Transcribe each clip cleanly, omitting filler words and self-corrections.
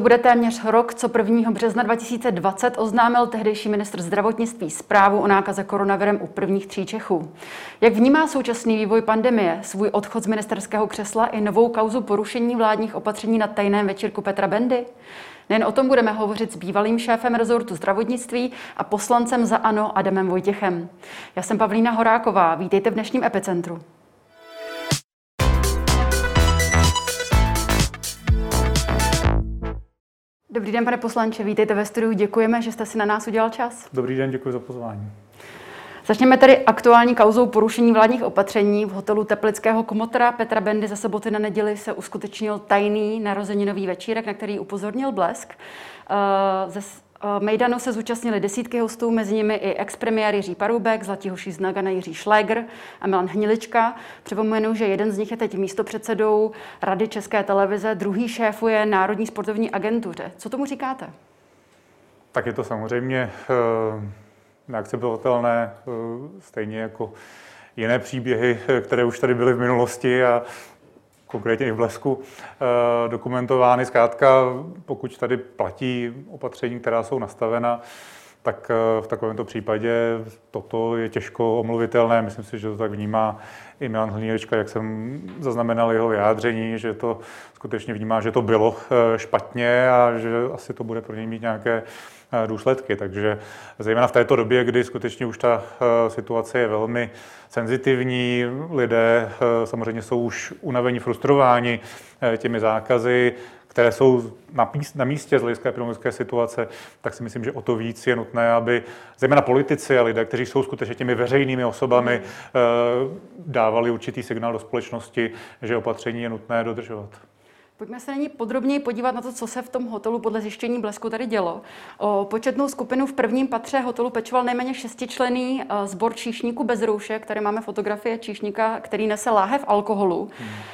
bude téměř rok, co 1. března 2020 oznámil tehdejší ministr zdravotnictví zprávu o nákaze koronavirem u prvních 3 Čechů. Jak vnímá současný vývoj pandemie, svůj odchod z ministerského křesla i novou kauzu porušení vládních opatření na tajném večírku Petra Bendy? Nejen o tom budeme hovořit s bývalým šéfem rezortu zdravotnictví a poslancem za ANO Adamem Vojtěchem. Já jsem Pavlína Horáková, vítejte v dnešním Epicentru. Dobrý den, pane poslanče, vítejte ve studiu. Děkujeme, že jste si na nás udělal čas. Dobrý den, děkuji za pozvání. Začněme tedy aktuální kauzou porušení vládních opatření. V hotelu teplického komotra Petra Bendy ze soboty na neděli se uskutečnil tajný narozeninový večírek, na který upozornil Blesk. Ze mejdanu se zúčastnili desítky hostů, mezi nimi i expremiér Jiří Paroubek, zlatihoší z Nagana Jiří Šlégr a Milan Hnilička. Připomenu, že jeden z nich je teď místopředsedou Rady České televize, druhý šéfuje Národní sportovní agentuře. Co tomu říkáte? Tak je to samozřejmě neakceptovatelné, stejně jako jiné příběhy, které už tady byly v minulosti a konkrétně i v Blesku dokumentovány. Zkrátka, pokud tady platí opatření, která jsou nastavena, tak v takovémto případě toto je těžko omluvitelné. Myslím si, že to tak vnímá i Milan Hnilička, jak jsem zaznamenal jeho vyjádření, že to skutečně vnímá, že to bylo špatně a že asi to bude pro něj mít nějaké důsledky. Takže zejména v této době, kdy skutečně už ta situace je velmi senzitivní, lidé samozřejmě jsou už unavení, frustrováni těmi zákazy, které jsou na místě z hlediska epidemiologické situace, tak si myslím, že o to víc je nutné, aby zejména politici a lidé, kteří jsou skutečně těmi veřejnými osobami, dávali určitý signál do společnosti, že opatření je nutné dodržovat. Pojďme se nyní podrobněji podívat na to, co se v tom hotelu podle zjištění Blesku tady dělo. O početnou skupinu v prvním patře hotelu pečoval nejméně 6členný sbor číšníků bez roušek. Tady máme fotografie číšníka, který nese láhev alkoholu.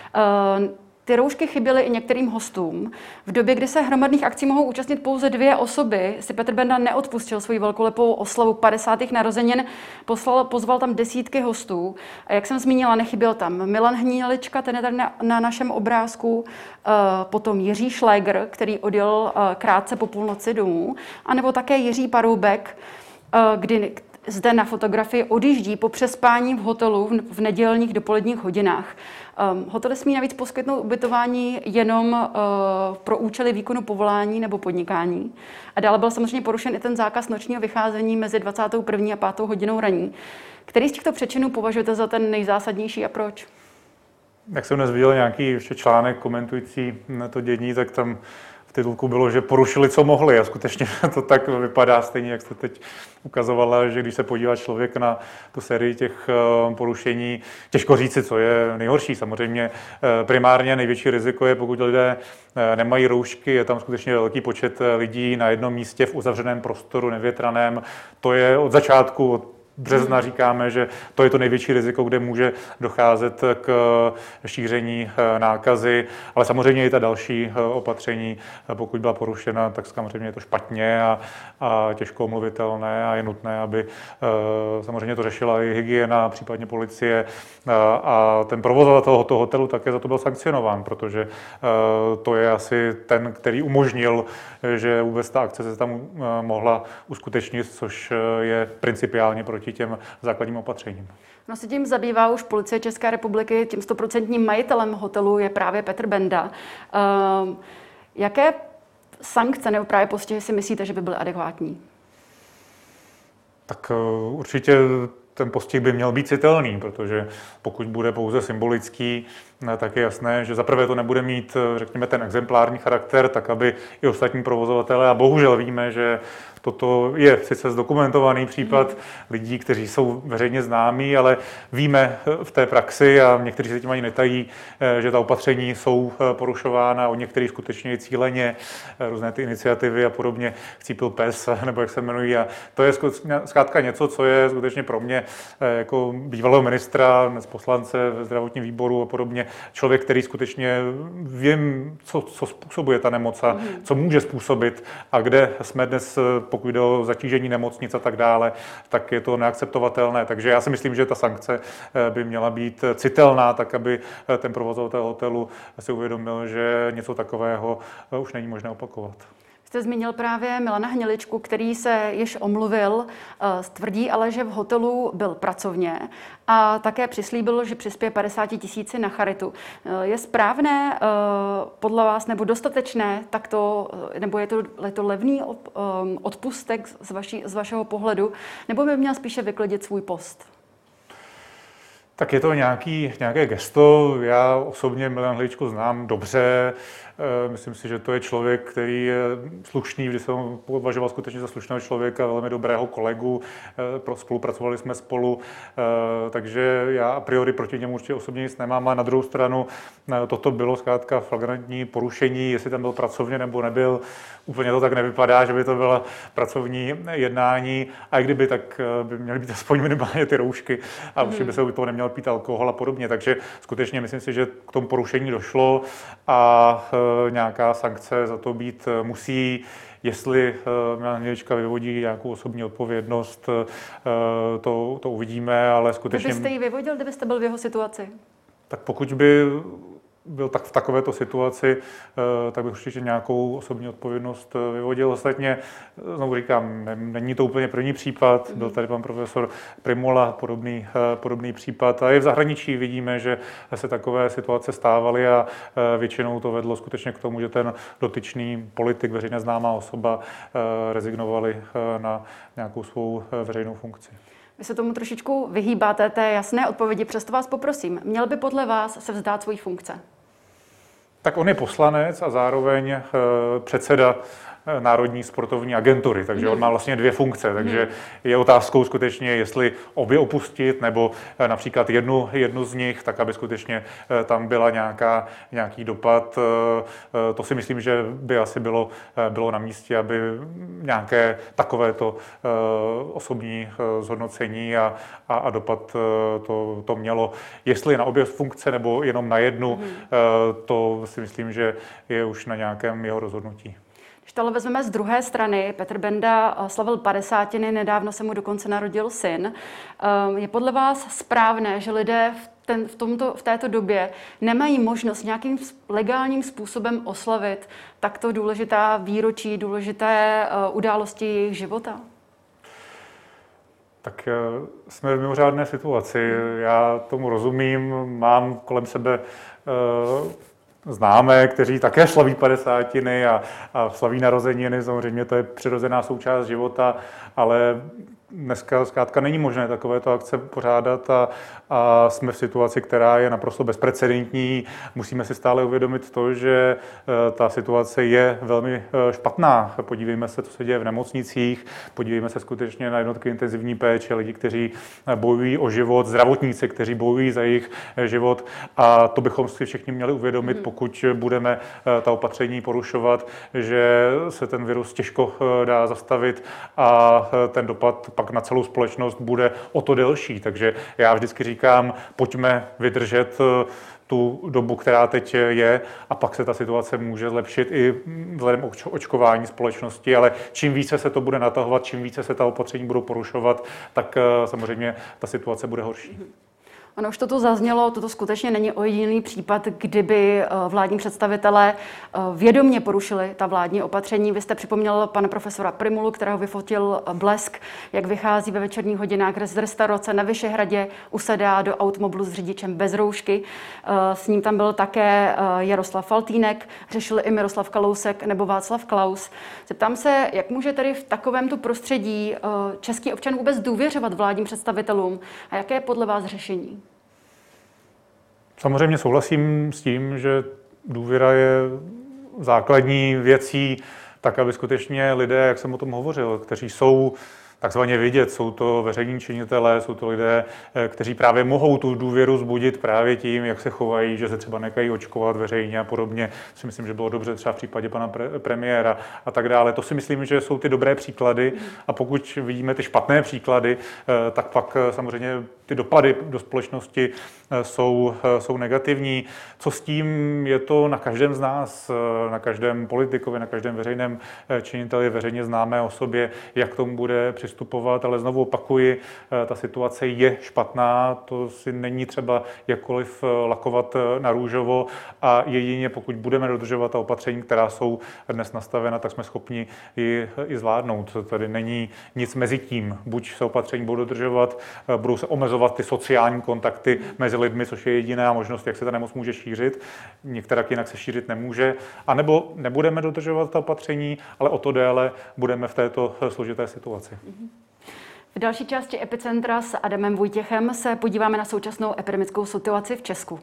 Ty roušky chyběly i některým hostům. V době, kdy se hromadných akcí mohou účastnit pouze 2 osoby, si Petr Benda neodpustil svoji velkolepou oslavu 50. narozenin, pozval tam desítky hostů. A jak jsem zmínila, nechyběl tam Milan Hnilička, ten je tady na našem obrázku, potom Jiří Šlégr, který odjel krátce po půlnoci domů, anebo také Jiří Paroubek, kdy zde na fotografii odjíždí po přespání v hotelu v nedělních dopoledních hodinách. Hotel smí navíc poskytnout ubytování jenom pro účely výkonu povolání nebo podnikání. A dále byl samozřejmě porušen i ten zákaz nočního vycházení mezi 21. a 5. hodinou raní. Který z těchto přečinů považujete za ten nejzásadnější a proč? Jak jsem dnes viděl nějaký ještě článek komentující na to dění, tak tam v titulku bylo, že porušili, co mohli. A skutečně to tak vypadá stejně, jak jste teď ukazovala, že když se podívá člověk na tu sérii těch porušení, těžko říci, co je nejhorší. Samozřejmě primárně největší riziko je, pokud lidé nemají roušky, je tam skutečně velký počet lidí na jednom místě v uzavřeném prostoru, nevětraném. To je od začátku, od března říkáme, že to je to největší riziko, kde může docházet k šíření nákazy, ale samozřejmě i ta další opatření, pokud byla porušena, tak samozřejmě je to špatně a těžko omluvitelné a je nutné, aby samozřejmě to řešila i hygiena, případně policie a ten provozovatel toho hotelu také za to byl sankcionován, protože to je asi ten, který umožnil, že vůbec ta akce se tam mohla uskutečnit, což je principiálně proti těm základním opatřením. No se tím zabývá už Policie České republiky, tím 100% majitelem hotelu je právě Petr Benda. Jaké sankce nebo právě postihy si myslíte, že by byly adekvátní? Tak určitě ten postih by měl být citelný, protože pokud bude pouze symbolický, tak je jasné, že zaprvé to nebude mít, řekněme, ten exemplární charakter, tak aby i ostatní provozovatelé, a bohužel víme, že toto je sice zdokumentovaný případ lidí, kteří jsou veřejně známí, ale víme v té praxi, a někteří se tím ani netají, že ta opatření jsou porušována, od některých skutečně i cíleně, různé ty iniciativy a podobně, Chcípil pes, nebo jak se jmenují. A to je zkrátka něco, co je skutečně pro mě jako bývalého ministra, dnes poslance ve zdravotním výboru a podobně, člověk, který skutečně vím, co způsobuje ta nemoc a co může způsobit a kde jsme dnes, pokud jde o zatížení nemocnic a tak dále, tak je to neakceptovatelné. Takže já si myslím, že ta sankce by měla být citelná, tak aby ten provozovatel hotelu si uvědomil, že něco takového už není možné opakovat. Jste zmínil právě Milana Hniličku, který se již omluvil, tvrdí ale, že v hotelu byl pracovně a také přislíbil, že přispěje 50 000 na charitu. Je správné podle vás nebo dostatečné takto, nebo je to levný odpustek z vašeho pohledu, nebo by měl spíše vyklidit svůj post? Tak je to nějaké gesto. Já osobně Milana Hniličku znám dobře. Myslím si, že to je člověk, který je slušný, vždy jsem ho považoval skutečně za slušného člověka, velmi dobrého kolegu, spolupracovali jsme spolu, takže já a priori proti němu určitě osobně nic nemám. A na druhou stranu toto bylo zkrátka flagrantní porušení, jestli tam byl pracovně nebo nebyl. Úplně to tak nevypadá, že by to bylo pracovní jednání. A i kdyby, tak by měly být aspoň minimálně ty roušky a určitě by se u toho neměl pít alkohol a podobně. Takže skutečně myslím si, že k tomu porušení došlo a nějaká sankce za to být musí. Jestli Milan Hnilička vyvodí nějakou osobní odpovědnost, to uvidíme, ale skutečně... Kdybyste ji vyvodil, kdybyste byl v jeho situaci? Tak pokud by byl tak v takovéto situaci, tak bych určitě nějakou osobní odpovědnost vyvodil. Ostatně, znovu říkám, není to úplně první případ, byl tady pan profesor Prymula, podobný případ. A i v zahraničí vidíme, že se takové situace stávaly a většinou to vedlo skutečně k tomu, že ten dotyčný politik, veřejně známá osoba, rezignovali na nějakou svou veřejnou funkci. Vy se tomu trošičku vyhýbáte té jasné odpovědi, přesto vás poprosím. Měl by podle vás se vzdát svojí funkce? Tak on je poslanec a zároveň předseda Národní sportovní agentury, takže on má vlastně dvě funkce, takže je otázkou skutečně, jestli obě opustit, nebo například jednu z nich, tak aby skutečně tam byla nějaký dopad. To si myslím, že by asi bylo na místě, aby nějaké takovéto osobní zhodnocení a dopad to mělo. Jestli na obě funkce nebo jenom na jednu, to si myslím, že je už na nějakém jeho rozhodnutí. Když to ale vezmeme z druhé strany, Petr Benda slavil 50, nedávno se mu dokonce narodil syn. Je podle vás správné, že lidé v této době nemají možnost nějakým legálním způsobem oslavit takto důležitá výročí, důležité události jejich života? Tak jsme v mimořádné situaci. Já tomu rozumím, mám kolem sebe známé, kteří také slaví 50 a slaví narozeniny, samozřejmě to je přirozená součást života, ale dneska zkrátka není možné takovéto akce pořádat a jsme v situaci, která je naprosto bezprecedentní. Musíme si stále uvědomit to, že ta situace je velmi špatná. Podívejme se, co se děje v nemocnicích, podívejme se skutečně na jednotky intenzivní péče, lidi, kteří bojují o život, zdravotníci, kteří bojují za jejich život a to bychom si všichni měli uvědomit, pokud budeme ta opatření porušovat, že se ten virus těžko dá zastavit a ten dopad pak na celou společnost bude o to delší. Takže já vždycky říkám, pojďme vydržet tu dobu, která teď je, a pak se ta situace může zlepšit i vzhledem k očkování společnosti, ale čím více se to bude natahovat, čím více se ta opatření budou porušovat, tak samozřejmě ta situace bude horší. Ono už to tu zaznělo, toto skutečně není ojedinělý případ, kdyby vládní představitelé vědomě porušili ta vládní opatření. Vy jste připomněl pana profesora Prymulu, kterého vyfotil Blesk, jak vychází ve večerních hodinách z restaurace na Vyšehradě, usedá do automobilu s řidičem bez roušky. S ním tam byl také Jaroslav Faltýnek, řešil i Miroslav Kalousek nebo Václav Klaus. Zeptám se, jak může tedy v takovémto prostředí český občan vůbec důvěřovat vládním představitelům a jaké je podle vás řešení? Samozřejmě souhlasím s tím, že důvěra je základní věcí, tak aby skutečně lidé, jak jsem o tom hovořil, kteří jsou takzvaně vidět. Jsou to veřejní činitelé, jsou to lidé, kteří právě mohou tu důvěru vzbudit právě tím, jak se chovají, že se třeba nechají očkovat veřejně a podobně. Si myslím, že bylo dobře třeba v případě pana premiéra a tak dále. To si myslím, že jsou ty dobré příklady a pokud vidíme ty špatné příklady, tak pak samozřejmě ty dopady do společnosti jsou negativní. Co s tím, je to na každém z nás, na každém politikovi, na každém veřejném činiteli, veřejně známé osobě, jak k tomu bude přistupovat, ale znovu opakuji, ta situace je špatná, to si není třeba jakkoliv lakovat na růžovo a jedině pokud budeme dodržovat ta opatření, která jsou dnes nastavena, tak jsme schopni ji i zvládnout. Tady není nic mezi tím. Buď se opatření budou dodržovat, budou se omezovat ty sociální kontakty mezi lidmi, což je jediná možnost, jak se ta nemoc může šířit. Některak jinak se šířit nemůže. A nebo nebudeme dodržovat ta opatření, ale o to déle budeme v této složité situaci. V další části Epicentra s Adamem Vojtěchem se podíváme na současnou epidemickou situaci v Česku.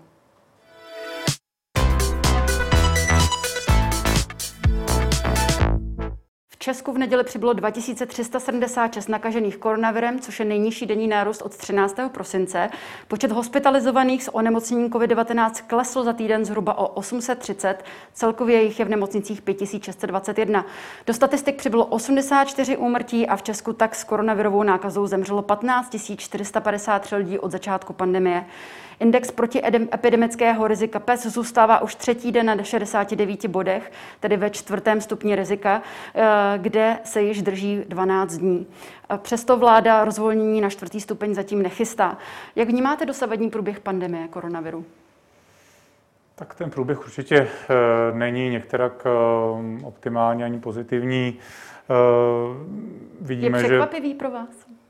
V Česku v neděli přibylo 2376 nakažených koronavirem, což je nejnižší denní nárůst od 13. prosince. Počet hospitalizovaných s onemocněním COVID-19 klesl za týden zhruba o 830, celkově jich je v nemocnicích 5621. Do statistik přibylo 84 úmrtí a v Česku tak s koronavirovou nákazou zemřelo 15 453 lidí od začátku pandemie. Index protiepidemického rizika PES zůstává už třetí den na 69 bodech, tedy ve 4. stupni rizika, kde se již drží 12 dní. Přesto vláda rozvolnění na 4. stupeň zatím nechystá. Jak vnímáte dosavadní průběh pandemie koronaviru? Tak ten průběh určitě není některak optimální ani pozitivní. Vidíme, je překvapivý pro vás?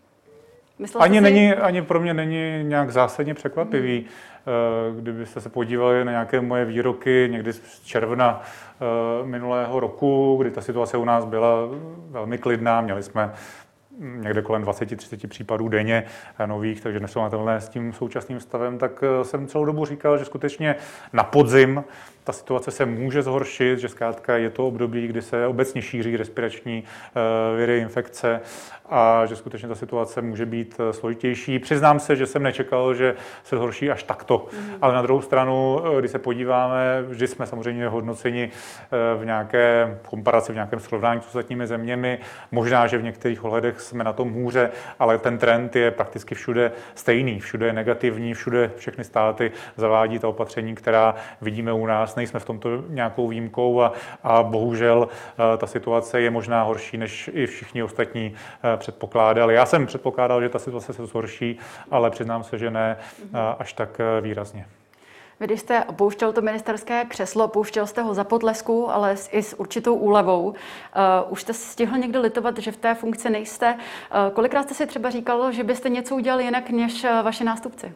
Ani pro mě není nějak zásadně překvapivý. Kdybyste se podívali na nějaké moje výroky někdy z června minulého roku, kdy ta situace u nás byla velmi klidná, měli jsme někde kolem 20-30 případů denně nových, takže nesrovnatelné s tím současným stavem, tak jsem celou dobu říkal, že skutečně na podzim ta situace se může zhoršit, že zkrátka je to období, kdy se obecně šíří respirační viry, infekce a že skutečně ta situace může být složitější. Přiznám se, že jsem nečekal, že se zhorší až takto. Ale na druhou stranu, když se podíváme, vždy jsme samozřejmě hodnoceni v nějaké komparaci, v nějakém srovnání s ostatními zeměmi. Možná, že v některých ohledech jsme na tom hůře, ale ten trend je prakticky všude stejný. Všude je negativní, všude všechny státy zavádí ta opatření, která vidíme u nás. Nejsme v tomto nějakou výjimkou a bohužel ta situace je možná horší, než i všichni ostatní předpokládali. Já jsem předpokládal, že ta situace se zhorší, ale přiznám se, že ne až tak výrazně. Vy, když jste opouštěl to ministerské křeslo, opouštěl jste ho za potlesku, ale i s určitou úlevou. Už jste stihl někdy litovat, že v té funkci nejste? Kolikrát jste si třeba říkal, že byste něco udělali jinak než vaši nástupci?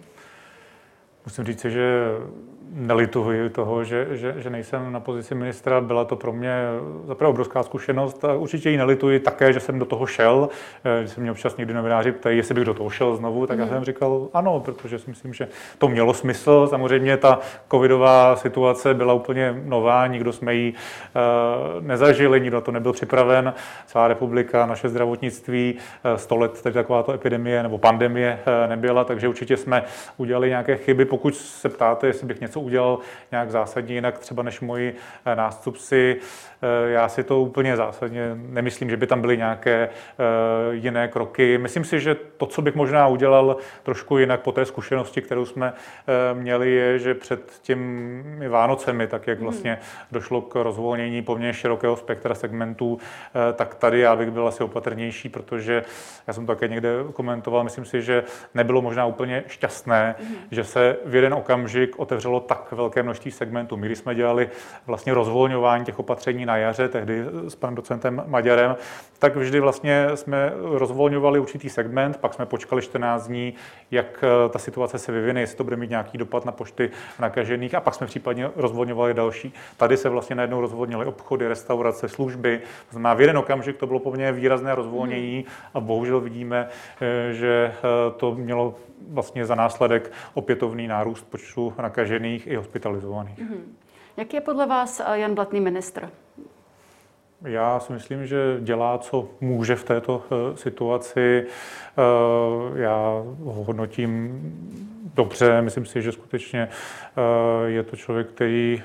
Musím říct, že nelituji toho, že nejsem na pozici ministra. Byla to pro mě zaprvé obrovská zkušenost a určitě ji nelituji také, že jsem do toho šel. Když se mě občas někdy novináři ptají, jestli bych do toho šel znovu, tak já jsem říkal ano, protože si myslím, že to mělo smysl. Samozřejmě ta covidová situace byla úplně nová, nikdo jsme ji nezažili, nikdo to nebyl připraven. Celá republika, naše zdravotnictví, 100 let tady takováto epidemie nebo pandemie nebyla, takže určitě jsme udělali nějaké chyby. Pokud se ptáte, jestli bych něco udělal nějak zásadně jinak třeba než moji nástupci, já si to úplně zásadně nemyslím, že by tam byly nějaké jiné kroky. Myslím si, že to, co bych možná udělal trošku jinak po té zkušenosti, kterou jsme měli, je, že před těmi Vánocemi, tak jak vlastně došlo k rozvolnění poměrně širokého spektra segmentů, tak tady já bych byl asi opatrnější, protože já jsem to také někde komentoval, myslím si, že nebylo možná úplně šťastné, že se v jeden okamžik otevřelo tak velké množství segmentů. My, když jsme dělali vlastně rozvolňování těch opatření na jaře, tehdy s panem docentem Maďarem, tak vždy vlastně jsme rozvolňovali určitý segment, pak jsme počkali 14 dní, jak ta situace se vyvine, jestli to bude mít nějaký dopad na počty nakažených a pak jsme případně rozvolňovali další. Tady se vlastně najednou rozvolnily obchody, restaurace, služby. To znamená, v jeden okamžik to bylo poměrně výrazné rozvolnění a bohužel vidíme, že to mělo vlastně za následek opětovný nárůst počtu nakažených i hospitalizovaných. Jaký je podle vás Jan Blatný ministr? Já si myslím, že dělá, co může v této situaci. Já ho hodnotím dobře. Myslím si, že skutečně je to člověk, který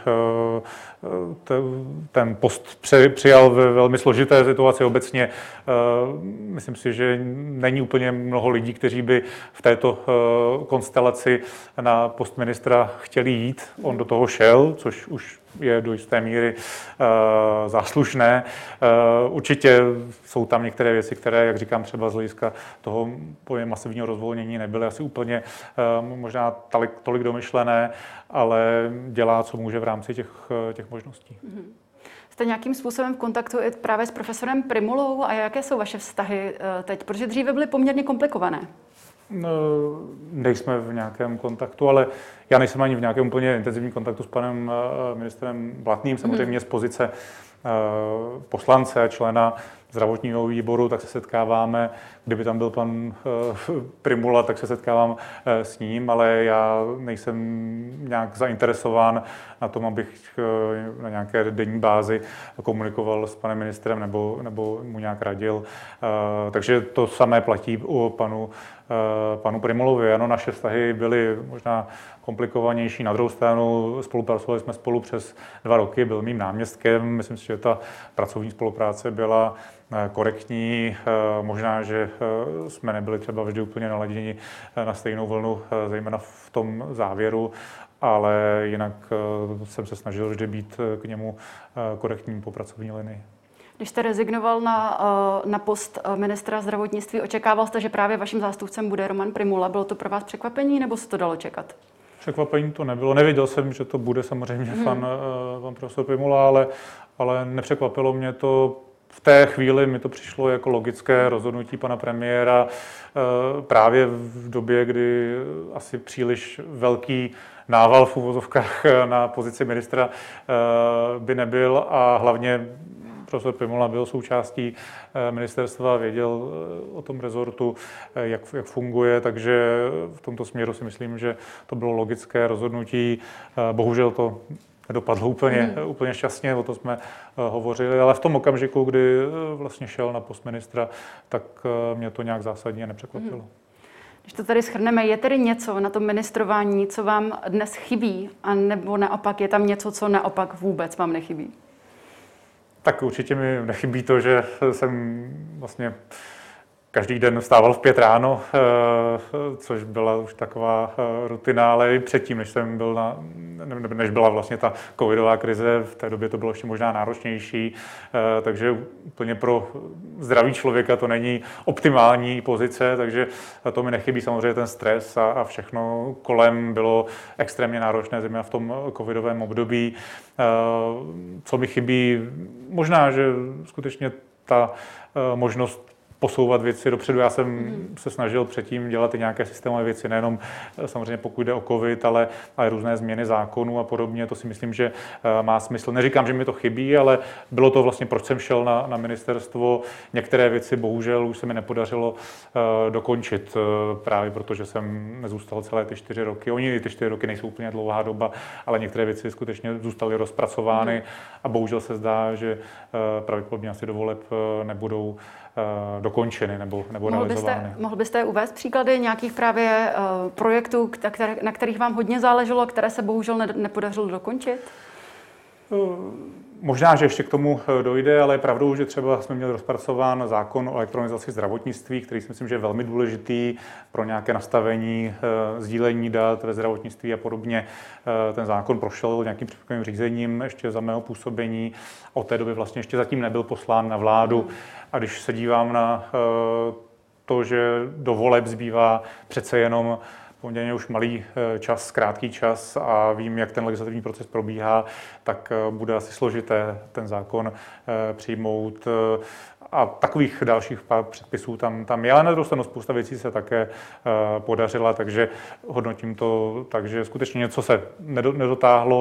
ten post přijal ve velmi složité situaci obecně. Myslím si, že není úplně mnoho lidí, kteří by v této konstelaci na post ministra chtěli jít. On do toho šel, což už je do jisté míry záslužné. Určitě jsou tam některé věci, které, jak říkám, třeba z hlediska toho masivního rozvolnění nebyly asi úplně možná tolik domyšlené, ale dělá, co může v rámci těch možností. Jste nějakým způsobem v kontaktu i právě s profesorem Prymulou a jaké jsou vaše vztahy teď? Protože dříve byly poměrně komplikované. Nejsme v nějakém kontaktu, ale já nejsem ani v nějakém úplně intenzivním kontaktu s panem ministrem Blatným. Samozřejmě z pozice poslance a člena zdravotního výboru, tak se setkáváme. Kdyby tam byl pan Prymula, tak se setkávám s ním, ale já nejsem nějak zainteresován na tom, abych na nějaké denní bázi komunikoval s panem ministrem nebo mu nějak radil. Takže to samé platí o panu Prymulovi. Ano, naše vztahy byly možná komplikovanější. Na druhou stranu spolupracovali jsme spolu přes 2 roky, byl mým náměstkem. Myslím si, že ta pracovní spolupráce byla korektní. Možná, že jsme nebyli třeba vždy úplně naladěni na stejnou vlnu, zejména v tom závěru, ale jinak jsem se snažil vždy být k němu korektním po pracovní linii. Když jste rezignoval na post ministra zdravotnictví, očekával jste, že právě vaším zástupcem bude Roman Prymula? Bylo to pro vás překvapení, nebo se to dalo čekat? Překvapení to nebylo. Nevěděl jsem, že to bude samozřejmě pan profesor Prymula, ale nepřekvapilo mě to. V té chvíli mi to přišlo jako logické rozhodnutí pana premiéra právě v době, kdy asi příliš velký nával v uvozovkách na pozici ministra by nebyl a hlavně profesor Prymula byl součástí ministerstva, věděl o tom rezortu, jak funguje, takže v tomto směru si myslím, že to bylo logické rozhodnutí. Bohužel to nedopadlo úplně šťastně, o to jsme hovořili, ale v tom okamžiku, kdy vlastně šel na post ministra, tak mě to nějak zásadně nepřekvapilo. Když to tady shrneme, je tedy něco na tom ministrování, co vám dnes chybí, a nebo naopak je tam něco, co naopak vůbec vám nechybí? Tak určitě mi nechybí to, že jsem vlastně každý den vstával v 5 ráno, což byla už taková rutina, ale i předtím, než byla vlastně ta covidová krize, v té době to bylo ještě možná náročnější, takže úplně pro zdravý člověka to není optimální pozice, takže to mi nechybí samozřejmě ten stres a všechno kolem bylo extrémně náročné, zejména v tom covidovém období. Co mi chybí? Možná, že skutečně ta možnost posouvat věci dopředu. Já jsem se snažil předtím dělat i nějaké systémové věci, nejenom samozřejmě pokud jde o covid, ale různé změny zákonů a podobně. To si myslím, že má smysl. Neříkám, že mi to chybí, ale bylo to vlastně, proč jsem šel na ministerstvo. Některé věci bohužel už se mi nepodařilo dokončit, právě protože jsem nezůstal celé ty 4 roky. Oni ty 4 roky nejsou úplně dlouhá doba, ale některé věci skutečně zůstaly rozpracovány a bohužel se zdá, že pravděpodobně asi do voleb nebudou dokončeny nebo realizovány. Mohl byste uvést příklady nějakých právě projektů, na kterých vám hodně záleželo, které se bohužel nepodařilo dokončit? Možná, že ještě k tomu dojde, ale je pravdou, že třeba jsme měli rozpracován zákon o elektronizaci zdravotnictví, který si myslím, že je velmi důležitý pro nějaké nastavení sdílení dat ve zdravotnictví a podobně. Ten zákon prošel nějakým připomínkovým řízením ještě za mého působení. Od té doby vlastně ještě zatím nebyl poslán na vládu. A když se dívám na to, že do voleb zbývá přece jenom poměrně už malý čas, krátký čas a vím, jak ten legislativní proces probíhá, tak bude asi složité ten zákon přijmout. A takových dalších pár předpisů tam je, ale na druhou stranu spousta věcí se také podařila, takže hodnotím to tak, že skutečně něco se nedotáhlo,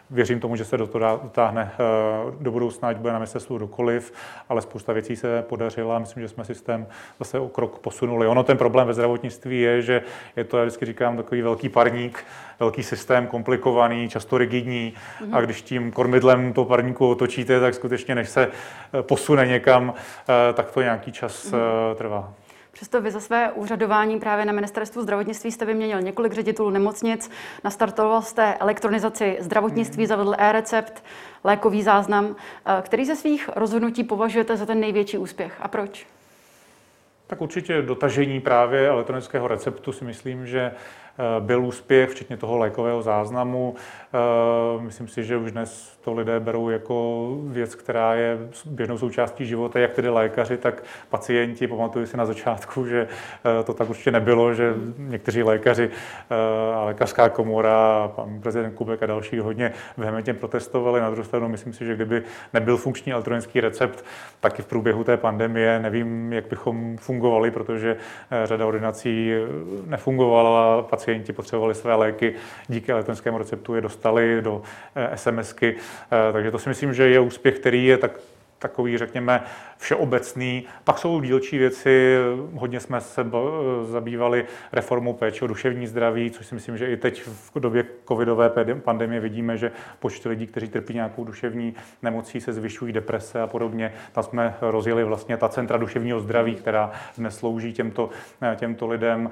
Věřím tomu, že se do toho dotáhne do budoucna, ať bude na ministerstvu kdokoliv, ale spousta věcí se podařila a myslím, že jsme systém zase o krok posunuli. Ono ten problém ve zdravotnictví je, že je to, já vždycky říkám, takový velký parník, velký systém, komplikovaný, často rigidní a když tím kormidlem toho parníku otočíte, tak skutečně než se posune někam, tak to nějaký čas trvá. Přesto vy za své úřadování právě na ministerstvu zdravotnictví jste vyměnil několik ředitelů nemocnic, nastartoval jste elektronizaci zdravotnictví, zavedl e-recept, lékový záznam. Který ze svých rozhodnutí považujete za ten největší úspěch a proč? Tak určitě dotažení právě elektronického receptu si myslím, že byl úspěch, včetně toho lékového záznamu. Myslím si, že už dnes to lidé berou jako věc, která je běžnou součástí života, jak tedy lékaři, tak pacienti. Pamatuju si na začátku, že to tak určitě nebylo, že někteří lékaři a lékařská komora, pan prezident Kubek a další hodně vehementně protestovali. Na druhou stranu myslím si, že kdyby nebyl funkční elektronický recept, tak i v průběhu té pandemie nevím, jak bychom fungovali, protože řada ordinací nefungovala, pacienti potřebovali své léky, díky elektronickému receptu je dostali do SMSky, takže to si myslím, že je úspěch, který je takový, řekněme, všeobecný. Pak jsou dílčí věci, hodně jsme se zabývali reformou péče o duševní zdraví, což si myslím, že i teď v době covidové pandemie vidíme, že počty lidí, kteří trpí nějakou duševní nemocí, se zvyšují, deprese a podobně. Tam jsme rozjeli vlastně ta centra duševního zdraví, která dnes slouží těmto lidem.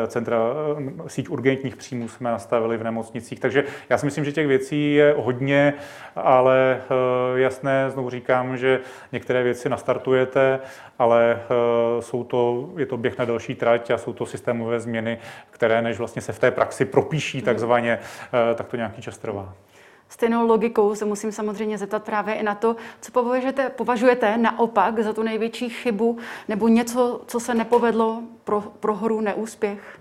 Síť urgentních příjmů jsme nastavili v nemocnicích. Takže já si myslím, že těch věcí je hodně, ale jasné, znovu říkám, že některé věci nastartujete, ale je to běh na další trať a jsou to systémové změny, které než vlastně se v té praxi propíší takzvaně, tak to nějaký čas trvá. Stejnou logikou se musím samozřejmě zeptat právě i na to, co považujete naopak za tu největší chybu nebo něco, co se nepovedlo, prohru, neúspěch?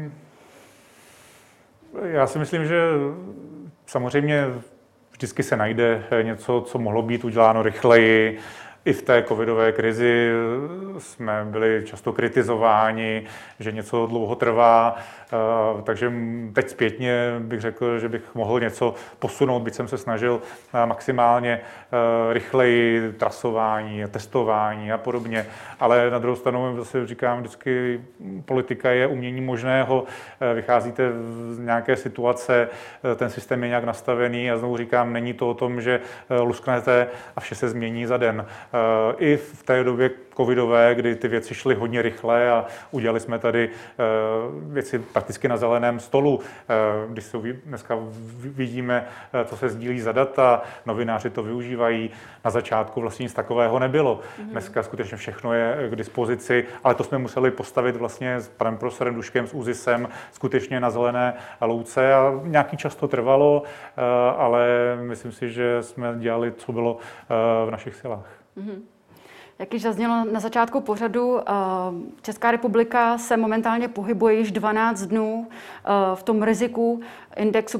Já si myslím, že samozřejmě vždycky se najde něco, co mohlo být uděláno rychleji. I v té covidové krizi jsme byli často kritizováni, že něco dlouho trvá, takže teď zpětně bych řekl, že bych mohl něco posunout, byť jsem se snažil maximálně rychleji trasování, testování a podobně. Ale na druhou stranu zase říkám, vždycky politika je umění možného, vycházíte z nějaké situace, ten systém je nějak nastavený a znovu říkám, není to o tom, že lusknete a vše se změní za den. I v té době covidové, kdy ty věci šly hodně rychle a udělali jsme tady věci prakticky na zeleném stolu. Když se dneska vidíme, co se sdílí za data, novináři to využívají. Na začátku vlastně nic takového nebylo. Dneska skutečně všechno je k dispozici, ale to jsme museli postavit vlastně s panem profesorem Duškem, s ÚZISem, skutečně na zelené louce a nějaký čas to trvalo, ale myslím si, že jsme dělali, co bylo v našich silách. Jak již zaznělo na začátku pořadu, Česká republika se momentálně pohybuje již 12 dnů v tom riziku indexu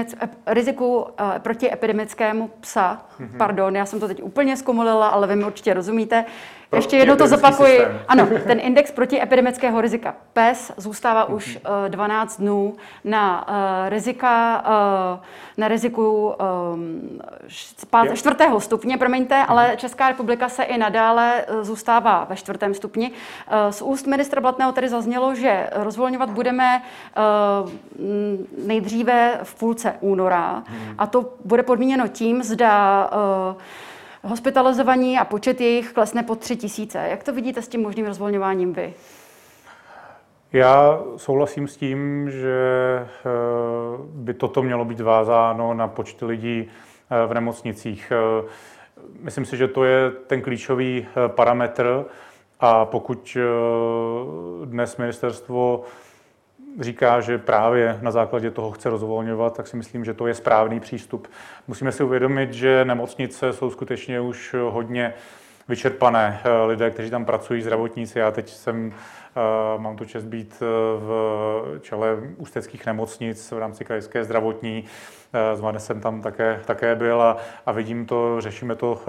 proti epidemickému PSA. Pardon, já jsem to teď úplně zkomolila, ale vy mi určitě rozumíte. Ještě jednou to zopakuji. Ano, ten index protiepidemického rizika PES zůstává už 12 dnů na riziku 4. stupně, ale Česká republika se i nadále zůstává ve 4. stupni. Z úst ministra Blatného tedy zaznělo, že rozvolňovat budeme nejdříve v půlce února a to bude podmíněno tím, zda hospitalizovaní a počet jejich klesne pod 3 000. Jak to vidíte s tím možným rozvolňováním vy? Já souhlasím s tím, že by toto mělo být vázáno na počty lidí v nemocnicích. Myslím si, že to je ten klíčový parametr a pokud dnes ministerstvo říká, že právě na základě toho chce rozvolňovat, tak si myslím, že to je správný přístup. Musíme si uvědomit, že nemocnice jsou skutečně už hodně vyčerpané. Lidé, kteří tam pracují, zdravotníci, já teď mám tu čest být v čele ústeckých nemocnic v rámci krajské zdravotní. S Vanem jsem tam také byl a vidím to, řešíme to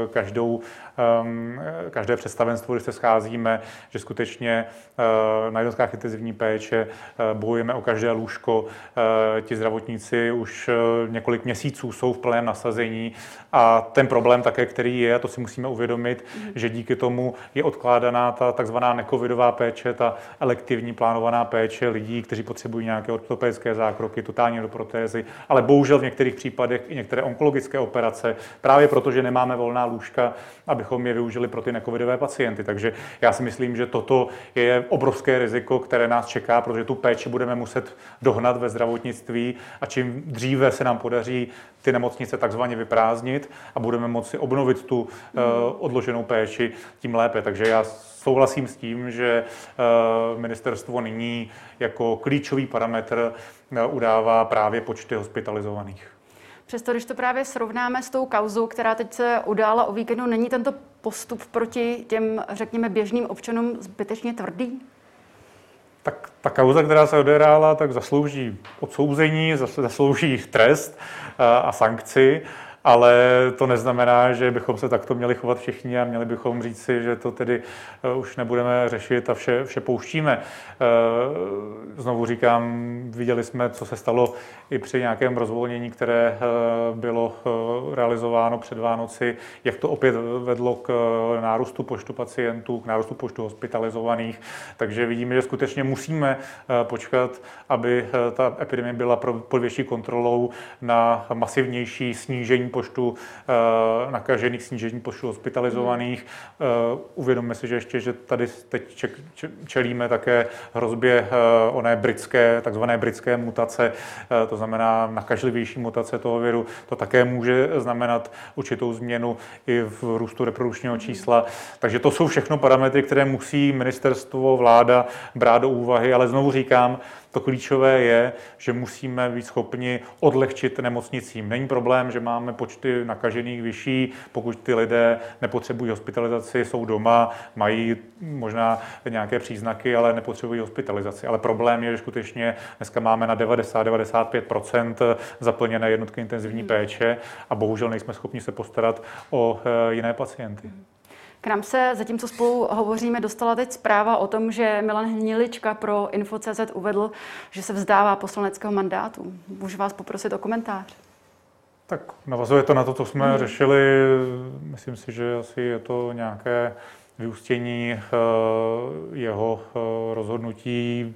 každé představenstvo, když se scházíme, že skutečně na jednotkách intenzivní péče bojujeme o každé lůžko. Ti zdravotníci už několik měsíců jsou v plném nasazení a ten problém také, který je, a to si musíme uvědomit, že díky tomu je odkládaná ta takzvaná necovidová péče, ta elektivní plánovaná péče lidí, kteří potřebují nějaké ortopedické zákroky, totální endoprotézy, ale bohužel v některých případech i některé onkologické operace, právě proto, že nemáme volná lůžka, abychom je využili pro ty necovidové pacienty. Takže já si myslím, že toto je obrovské riziko, které nás čeká, protože tu péči budeme muset dohnat ve zdravotnictví a čím dříve se nám podaří ty nemocnice takzvaně vyprázdnit a budeme moci obnovit tu odloženou péči, tím lépe. Takže já souhlasím s tím, že ministerstvo nyní jako klíčový parametr udává právě počty hospitalizovaných. Přesto, když to právě srovnáme s tou kauzou, která teď se udála o víkendu, není tento postup proti těm, řekněme, běžným občanům zbytečně tvrdý? Tak ta kauza, která se odehrála, tak zaslouží odsouzení, zaslouží trest a sankci, ale to neznamená, že bychom se takto měli chovat všichni a měli bychom říct si, že to tedy už nebudeme řešit a vše pouštíme. Znovu říkám, viděli jsme, co se stalo i při nějakém rozvolnění, které bylo realizováno před Vánoci, jak to opět vedlo k nárůstu počtu pacientů, k nárůstu počtu hospitalizovaných. Takže vidíme, že skutečně musíme počkat, aby ta epidemie byla pod větší kontrolou, na masivnější snížení počtu nakažených, snížení počtu hospitalizovaných. Uvědomme si, že ještě, že tady teď čelíme také hrozbě oné takzvané britské mutace, to znamená nakažlivější mutace toho viru. To také může znamenat určitou změnu i v růstu reprodukčního čísla. Takže to jsou všechno parametry, které musí ministerstvo, vláda brát do úvahy, ale znovu říkám, to klíčové je, že musíme být schopni odlehčit nemocnicím. Není problém, že máme počty nakažených vyšší, pokud ty lidé nepotřebují hospitalizaci, jsou doma, mají možná nějaké příznaky, ale nepotřebují hospitalizaci. Ale problém je, že skutečně dneska máme na 90-95% zaplněné jednotky intenzivní péče a bohužel nejsme schopni se postarat o jiné pacienty. K nám se, zatímco spolu hovoříme, dostala teď zpráva o tom, že Milan Hnilička pro Info.cz uvedl, že se vzdává poslaneckého mandátu. Můžu vás poprosit o komentář? Tak navazuje to na to, co jsme řešili. Myslím si, že asi je to nějaké vyústění jeho rozhodnutí.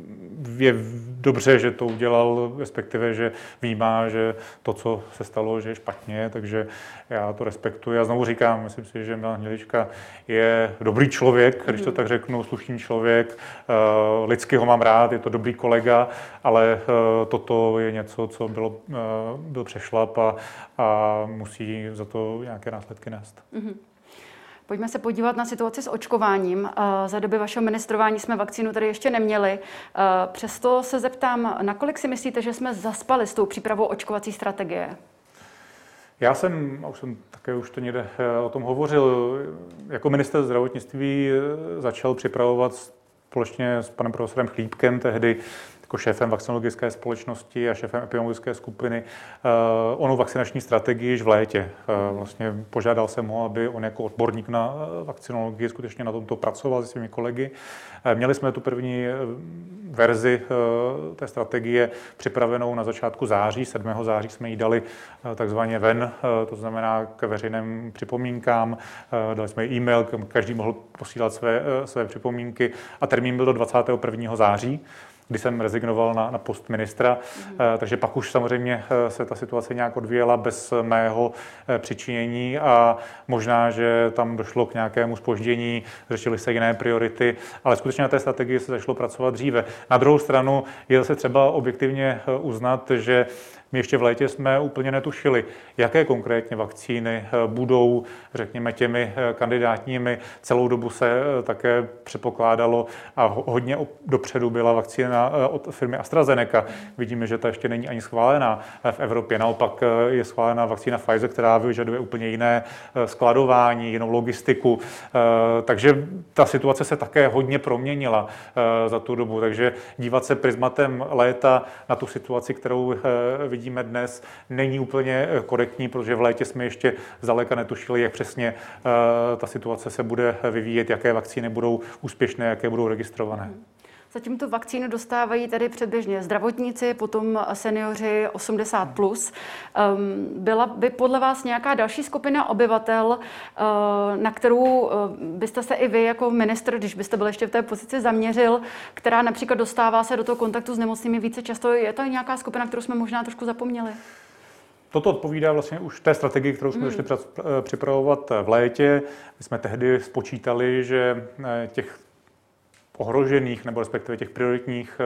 Je dobře, že to udělal, respektive, že vnímá, že to, co se stalo, že je špatně, takže já to respektuji. A znovu říkám, myslím si, že Milan Hnilička je dobrý člověk, když to tak řeknu, slušný člověk, lidsky ho mám rád, je to dobrý kolega, ale toto je něco, co byl přešlap a musí za to nějaké následky nést. Pojďme se podívat na situaci s očkováním. Za doby vašeho ministrování jsme vakcínu tady ještě neměli. Přesto se zeptám, nakolik si myslíte, že jsme zaspali s tou přípravou očkovací strategie? Já jsem také už to někde o tom hovořil, jako ministr zdravotnictví začal připravovat společně s panem profesorem Chlípkem, tehdy jako šéfem vakcinologické společnosti a šéfem epidemiologické skupiny, onu vakcinační strategii již v létě. Vlastně požádal jsem ho, aby on jako odborník na vakcinologii skutečně na tomto pracoval se svými kolegy. Měli jsme tu první verzi té strategie připravenou na začátku září. 7. září jsme ji dali takzvaně ven, to znamená k veřejným připomínkám. Dali jsme e-mail, každý mohl posílat své připomínky a termín byl do 21. září. Kdy jsem rezignoval na post ministra, takže pak už samozřejmě se ta situace nějak odvíjela bez mého přičinění a možná, že tam došlo k nějakému zpoždění, řešily se jiné priority, ale skutečně na té strategii se začalo pracovat dříve. Na druhou stranu je zase třeba objektivně uznat, že My ještě v létě jsme úplně netušili, jaké konkrétně vakcíny budou, řekněme, těmi kandidátními. Celou dobu se také předpokládalo a hodně dopředu byla vakcína od firmy AstraZeneca. Vidíme, že ta ještě není ani schválená v Evropě. Naopak je schválená vakcína Pfizer, která vyžaduje úplně jiné skladování, jinou logistiku. Takže ta situace se také hodně proměnila za tu dobu. Takže dívat se prismatem léta na tu situaci, kterou vidíme dnes, není úplně korektní, protože v létě jsme ještě zdaleka netušili, jak přesně ta situace se bude vyvíjet, jaké vakcíny budou úspěšné, jaké budou registrované. Zatím tu vakcínu dostávají tedy předběžně zdravotníci, potom seniori 80+. Byla by podle vás nějaká další skupina obyvatel, na kterou byste se i vy jako ministr, když byste byl ještě v té pozici, zaměřil, která například dostává se do toho kontaktu s nemocnými více často? Je to nějaká skupina, kterou jsme možná trošku zapomněli? Toto odpovídá vlastně už té strategii, kterou jsme začali připravovat v létě. My jsme tehdy spočítali, že těch ohrožených nebo respektive těch prioritních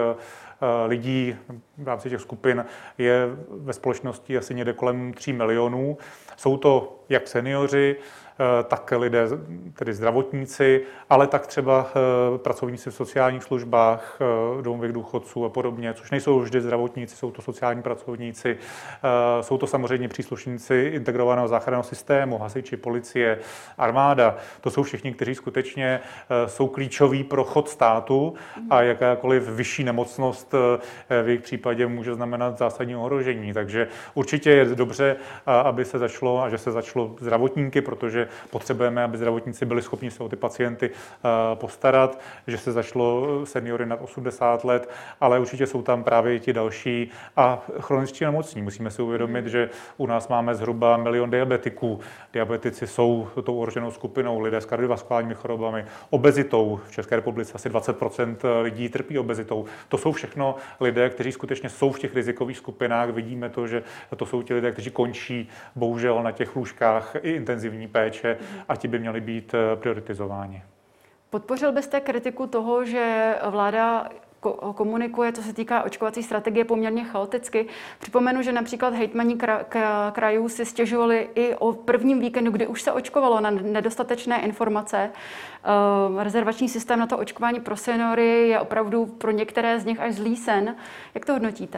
lidí v rámci těch skupin je ve společnosti asi někde kolem 3 milionů. Jsou to jak seniori, tak lidé, tedy zdravotníci, ale tak třeba pracovníci v sociálních službách, domových důchodců a podobně, což nejsou vždy zdravotníci, jsou to sociální pracovníci, jsou to samozřejmě příslušníci integrovaného záchranného systému, hasiči, policie, armáda. To jsou všichni, kteří skutečně jsou klíčoví pro chod státu a jakákoliv vyšší nemocnost v jejich případě může znamenat zásadní ohrožení. Takže určitě je dobře, aby se začalo a že se začalo zdravotníky, protože potřebujeme, aby zdravotníci byli schopni se o ty pacienty postarat, že se začalo seniory nad 80 let, ale určitě jsou tam právě i ti další a chroničtí nemocní. Musíme si uvědomit, že u nás máme zhruba 1 milion diabetiků. Diabetici jsou tou ohroženou skupinou, lidé s kardiovaskulárními chorobami, obezitou. V České republice asi 20% lidí trpí obezitou. To jsou všechno lidé, kteří skutečně jsou v těch rizikových skupinách. Vidíme to, že to jsou ti lidé, kteří končí bohužel na těch lůžkách i intenzivní péče a ti by měli být prioritizováni. Podpořil byste kritiku toho, že vláda komunikuje, co se týká očkovací strategie, poměrně chaoticky? Připomenu, že například hejtmani krajů si stěžovali i o prvním víkendu, kdy už se očkovalo, na nedostatečné informace. Rezervační systém na to očkování pro seniory je opravdu pro některé z nich až zlý sen. Jak to hodnotíte?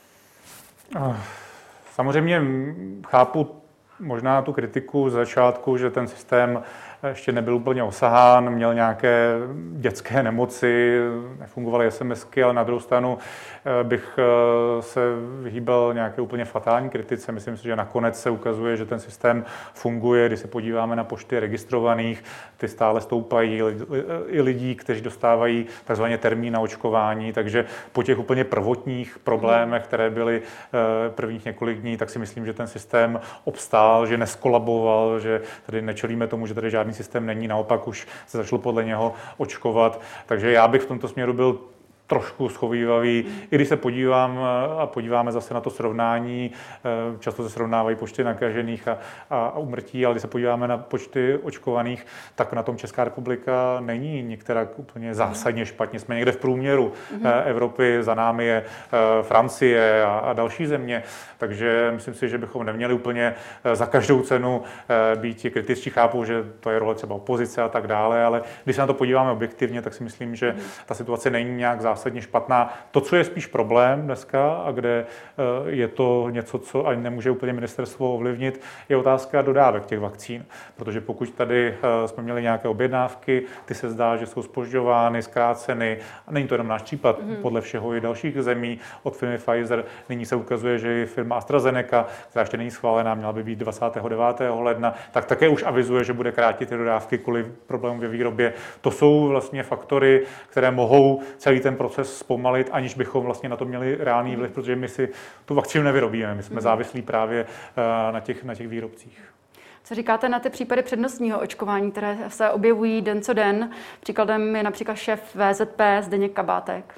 Samozřejmě chápu možná tu kritiku z začátku, že ten systém ještě nebyl úplně osahán, měl nějaké dětské nemoci, nefungovaly SMSky, ale na druhou stranu bych se vyhýbal nějaké úplně fatální kritice. Myslím si, že nakonec se ukazuje, že ten systém funguje. Když se podíváme na počty registrovaných, ty stále stoupají, i lidí, kteří dostávají takzvaně termín na očkování. Takže po těch úplně prvotních problémech, které byly prvních několik dní, tak si myslím, že ten systém obstál, že neskolaboval, že tady nečelíme tomu, že tady žádný systém není, naopak už se začalo podle něho očkovat. Takže já bych v tomto směru byl trošku schovívavý. I když se podíváme zase na to srovnání, často se srovnávají počty nakažených a úmrtí, ale když se podíváme na počty očkovaných, tak na tom Česká republika není některá úplně zásadně špatně. Jsme někde v průměru Evropy, za námi je Francie a další země, takže myslím si, že bychom neměli úplně za každou cenu být kritičtí. Chápu, že to je role třeba opozice a tak dále, ale když se na to podíváme objektivně, tak si myslím, že ta situace není nějak zásadně špatná. To, co je spíš problém dneska a kde je to něco, co ani nemůže úplně ministerstvo ovlivnit, je otázka dodávek těch vakcín. Protože pokud tady jsme měli nějaké objednávky, ty se zdá, že jsou zpožďovány, zkráceny. A není to jenom náš případ, podle všeho i dalších zemí od firmy Pfizer. Nyní se ukazuje, že i firma AstraZeneca, která ještě není schválená, měla by být 29. ledna, tak také už avizuje, že bude krátit ty dodávky kvůli problémům ve výrobě. To jsou vlastně faktory, které mohou celý ten proces zpomalit, aniž bychom vlastně na to měli reálný vliv, protože my si tu vakcínu nevyrobíme. My jsme závislí právě na těch výrobcích. Co říkáte na ty případy přednostního očkování, které se objevují den co den? Příkladem je například šéf VZP Zdeněk Kabátek.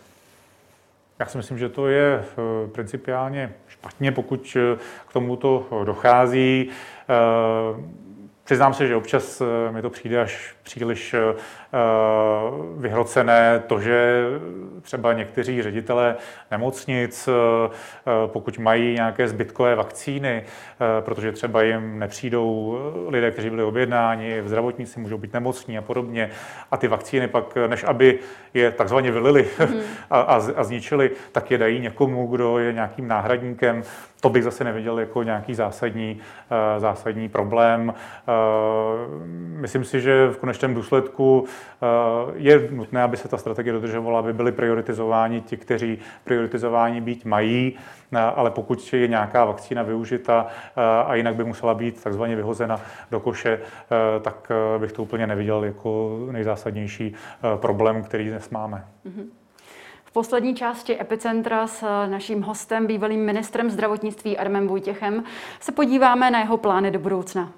Já si myslím, že to je principiálně špatně, pokud k tomuto dochází. Přiznám se, že občas mi to přijde až příliš vyhrocené to, že třeba někteří ředitelé nemocnic, pokud mají nějaké zbytkové vakcíny, protože třeba jim nepřijdou lidé, kteří byli objednáni, v zdravotníci můžou být nemocní a podobně, a ty vakcíny pak, než aby je takzvaně vylili a zničili, tak je dají někomu, kdo je nějakým náhradníkem. To bych zase neviděl jako nějaký zásadní problém. Myslím si, že v konečném důsledku je nutné, aby se ta strategie dodržovala, aby byli prioritizováni ti, kteří prioritizováni být mají, ale pokud je nějaká vakcína využita a jinak by musela být takzvaně vyhozena do koše, tak bych to úplně neviděl jako nejzásadnější problém, který dnes máme. V poslední části Epicentra s naším hostem, bývalým ministrem zdravotnictví Adamem Vojtěchem, se podíváme na jeho plány do budoucna.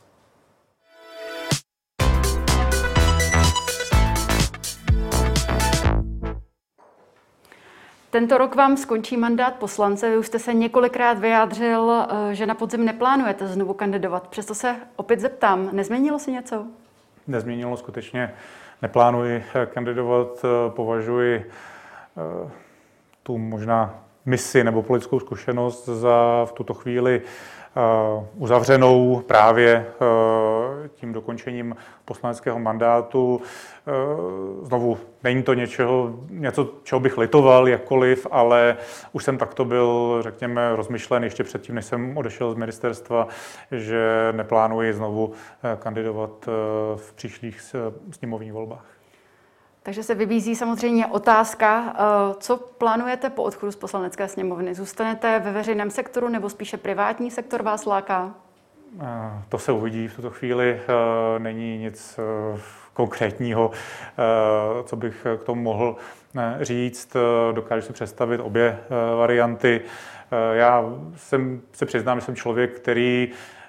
Tento rok vám skončí mandát poslance. Vy už jste se několikrát vyjádřil, že na podzim neplánujete znovu kandidovat. Přesto se opět zeptám, nezměnilo se něco? Nezměnilo, skutečně neplánuji kandidovat. Považuji tu možná misi nebo politickou zkušenost za v tuto chvíli uzavřenou právě tím dokončením poslaneckého mandátu. Znovu, není to něco, čeho bych litoval jakkoliv, ale už jsem takto byl, řekněme, rozmyšlen ještě předtím, než jsem odešel z ministerstva, že neplánuji znovu kandidovat v příštích sněmovních volbách. Takže se vybízí samozřejmě otázka, co plánujete po odchodu z poslanecké sněmovny? Zůstanete ve veřejném sektoru nebo spíše privátní sektor vás láká? To se uvidí v tuto chvíli. Není nic konkrétního, co bych k tomu mohl říct. Dokážu si představit obě varianty. Já se přiznám, že jsem člověk, který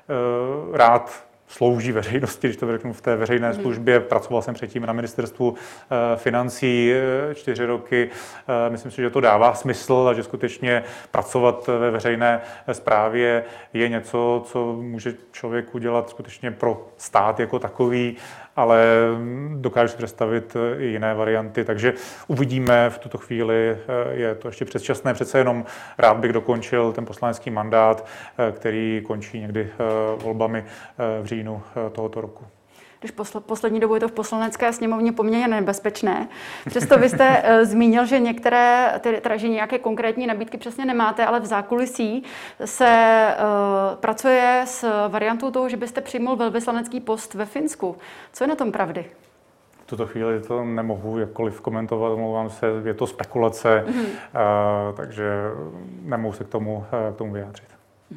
rád slouží veřejnosti, když to řeknu, v té veřejné službě. Pracoval jsem předtím na ministerstvu financí 4 roky. Myslím si, že to dává smysl a že skutečně pracovat ve veřejné správě je něco, co může člověk udělat skutečně pro stát jako takový, ale dokážu si představit i jiné varianty, takže uvidíme. V tuto chvíli je to ještě předčasné. Přece jenom rád bych dokončil ten poslanecký mandát, který končí někdy volbami v říjnu tohoto roku. Když poslední dobou je to v poslanecké sněmovně poměrně nebezpečné. Přesto vy jste zmínil, že že nějaké konkrétní nabídky přesně nemáte, ale v zákulisí se pracuje s variantou toho, že byste přijmul velvyslanecký post ve Finsku. Co je na tom pravdy? V tuto chvíli to nemohu jakkoliv komentovat, omlouvám se, je to spekulace, takže nemohu se k tomu vyjádřit.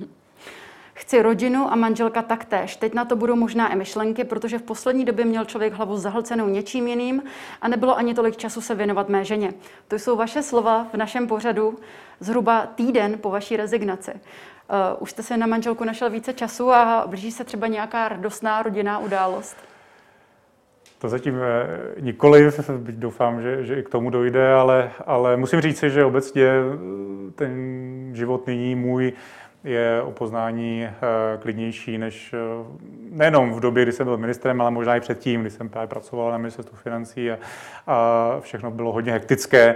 Chci rodinu a manželka taktéž. Teď na to budou možná i myšlenky, protože v poslední době měl člověk hlavu zahlcenou něčím jiným a nebylo ani tolik času se věnovat mé ženě. To jsou vaše slova v našem pořadu zhruba týden po vaší rezignaci. Už jste se na manželku našel více času a blíží se třeba nějaká radostná rodinná událost? To zatím nikoliv, byť doufám, že i k tomu dojde, ale musím říct si, že obecně ten život nyní můj je o poznání klidnější než nejenom v době, kdy jsem byl ministrem, ale možná i předtím, kdy jsem právě pracoval na ministerstvu financí a všechno bylo hodně hektické.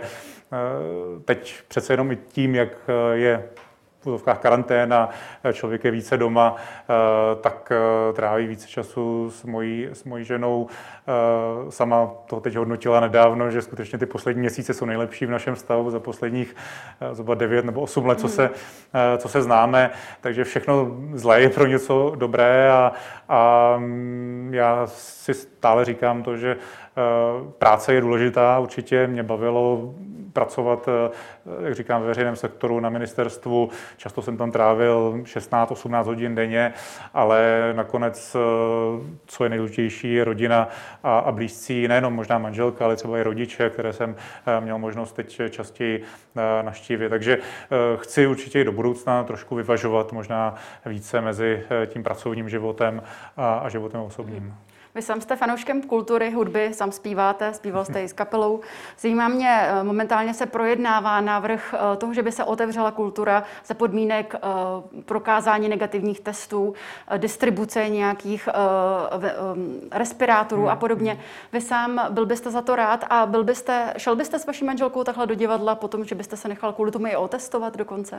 Teď přece jenom i tím, jak je v úzovkách karanténa, člověk je více doma, tak tráví více času s mojí ženou. Sama to teď hodnotila nedávno, že skutečně ty poslední měsíce jsou nejlepší v našem stavu za posledních zhruba 9 nebo 8 let, co se známe. Takže všechno zlé je pro něco dobré a já si stále říkám to, že práce je důležitá. Určitě mě bavilo pracovat, jak říkám, ve veřejném sektoru na ministerstvu. Často jsem tam trávil 16-18 hodin denně, ale nakonec, co je nejdůležitější, je rodina a blízcí, nejenom možná manželka, ale třeba i rodiče, které jsem měl možnost teď častěji navštívit. Takže chci určitě i do budoucna trošku vyvažovat možná více mezi tím pracovním životem a životem osobním. Vy sám jste fanouškem kultury, hudby, sám zpíváte, zpíval jste i s kapelou. Zajímá mě, momentálně se projednává návrh toho, že by se otevřela kultura za podmínek prokázání negativních testů, distribuce nějakých respirátorů a podobně. Vy sám byl byste za to rád a šel byste s vaší manželkou takhle do divadla potom, že byste se nechal kvůli tomu i otestovat dokonce?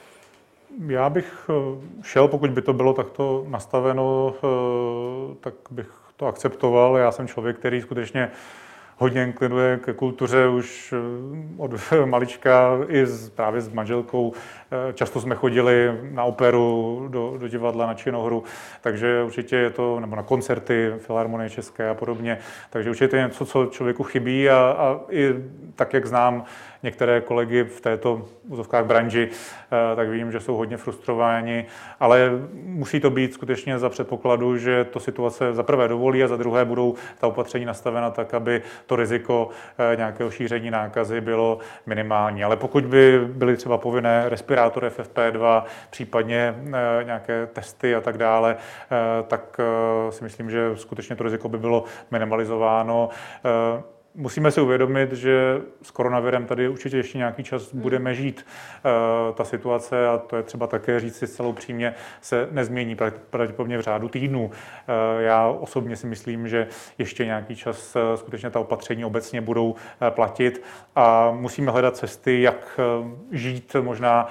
Já bych šel, pokud by to bylo takto nastaveno, tak bych to akceptoval. Já jsem člověk, který skutečně hodně inklinuje ke kultuře už od malička i právě s manželkou. Často jsme chodili na operu, do divadla, na činohru, takže určitě je to, nebo na koncerty, Filharmonie České a podobně. Takže určitě je něco, co člověku chybí a i tak, jak znám některé kolegy v této úzovkách branži, tak vím, že jsou hodně frustrováni, ale musí to být skutečně za předpokladu, že to situace za prvé dovolí a za druhé budou ta opatření nastavena tak, aby to riziko nějakého šíření nákazy bylo minimální. Ale pokud by byly třeba povinné respirátory FFP2, případně nějaké testy a tak dále, tak si myslím, že skutečně to riziko by bylo minimalizováno. Musíme si uvědomit, že s koronavirem tady určitě ještě nějaký čas budeme žít. Ta situace, a to je třeba také říct si zcela upřímně, se nezmění pravděpodobně v řádu týdnů. Já osobně si myslím, že ještě nějaký čas skutečně ta opatření obecně budou platit a musíme hledat cesty, jak žít možná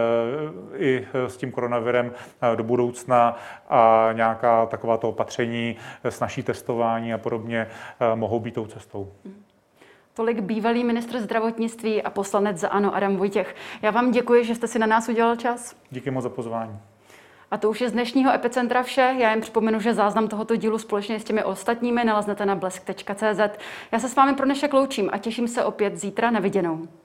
i s tím koronavirem do budoucna a nějaká takováto opatření, snazší testování a podobně mohou být tou cestou. Tolik bývalý ministr zdravotnictví a poslanec za ANO Adam Vojtěch. Já vám děkuji, že jste si na nás udělal čas. Díky moc za pozvání. A to už je z dnešního Epicentra vše. Já jen připomenu, že záznam tohoto dílu společně s těmi ostatními naleznete na blesk.cz. Já se s vámi pro dnešek loučím a těším se opět zítra na viděnou.